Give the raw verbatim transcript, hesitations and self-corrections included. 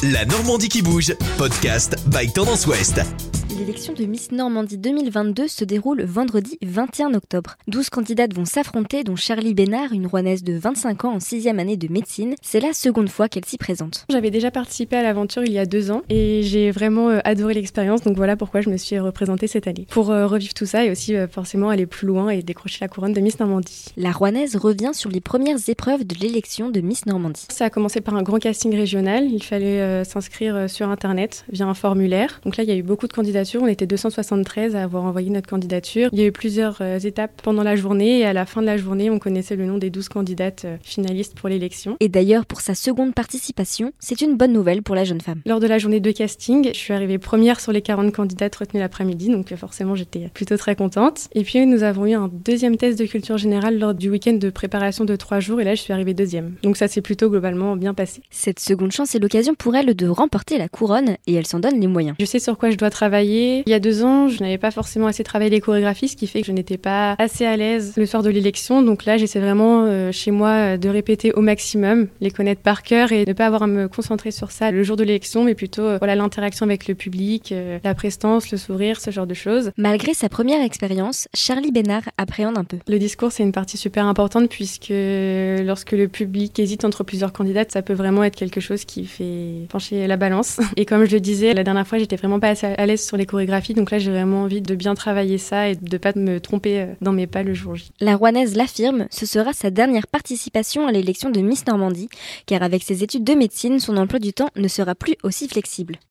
La Normandie qui bouge, podcast by Tendance Ouest. L'élection de Miss Normandie deux mille vingt-deux se déroule vendredi vingt et un octobre. douze candidates vont s'affronter, dont Charlie Bénard, une Rouennaise de vingt-cinq ans en sixième année de médecine. C'est la seconde fois qu'elle s'y présente. J'avais déjà participé à l'aventure il y a deux ans et j'ai vraiment euh, adoré l'expérience, donc voilà pourquoi je me suis représentée cette année. Pour euh, revivre tout ça et aussi euh, forcément aller plus loin et décrocher la couronne de Miss Normandie. La Rouennaise revient sur les premières épreuves de l'élection de Miss Normandie. Ça a commencé par un grand casting régional, il fallait euh, s'inscrire euh, sur internet via un formulaire. Donc là il y a eu beaucoup de candidatures, on était deux cent soixante-treize à avoir envoyé notre candidature. Il y a eu plusieurs euh, étapes pendant la journée et à la fin de la journée on connaissait le nom des douze candidates euh, finalistes pour l'élection. Et d'ailleurs pour sa seconde participation, c'est une bonne nouvelle pour la jeune femme. Lors de la journée de casting, je suis arrivée première sur les quarante candidates retenues l'après-midi, donc euh, forcément j'étais plutôt très contente. Et puis nous avons eu un deuxième test de culture générale lors du week-end de préparation de trois jours et là je suis arrivée deuxième. Donc ça s'est plutôt globalement bien passé. Cette seconde chance est l'occasion pour elle de remporter la couronne et elle s'en donne les moyens. Je sais sur quoi je dois travailler. Il y a deux ans, je n'avais pas forcément assez travaillé les chorégraphies, ce qui fait que je n'étais pas assez à l'aise le soir de l'élection. Donc là, j'essaie vraiment euh, chez moi de répéter au maximum, les connaître par cœur et ne pas avoir à me concentrer sur ça le jour de l'élection, mais plutôt euh, voilà, l'interaction avec le public, euh, la prestance, le sourire, ce genre de choses. Malgré sa première expérience, Charlie Bénard appréhende un peu. Le discours, c'est une partie super importante puisque lorsque le public hésite entre plusieurs candidates, ça peut vraiment être quelque chose qui fait pencher la balance. Et comme je le disais, la dernière fois, j'étais vraiment pas assez à l'aise sur les chorégraphies, donc là, j'ai vraiment envie de bien travailler ça et de pas me tromper dans mes pas le jour J. La Rouennaise l'affirme, ce sera sa dernière participation à l'élection de Miss Normandie, car avec ses études de médecine, son emploi du temps ne sera plus aussi flexible.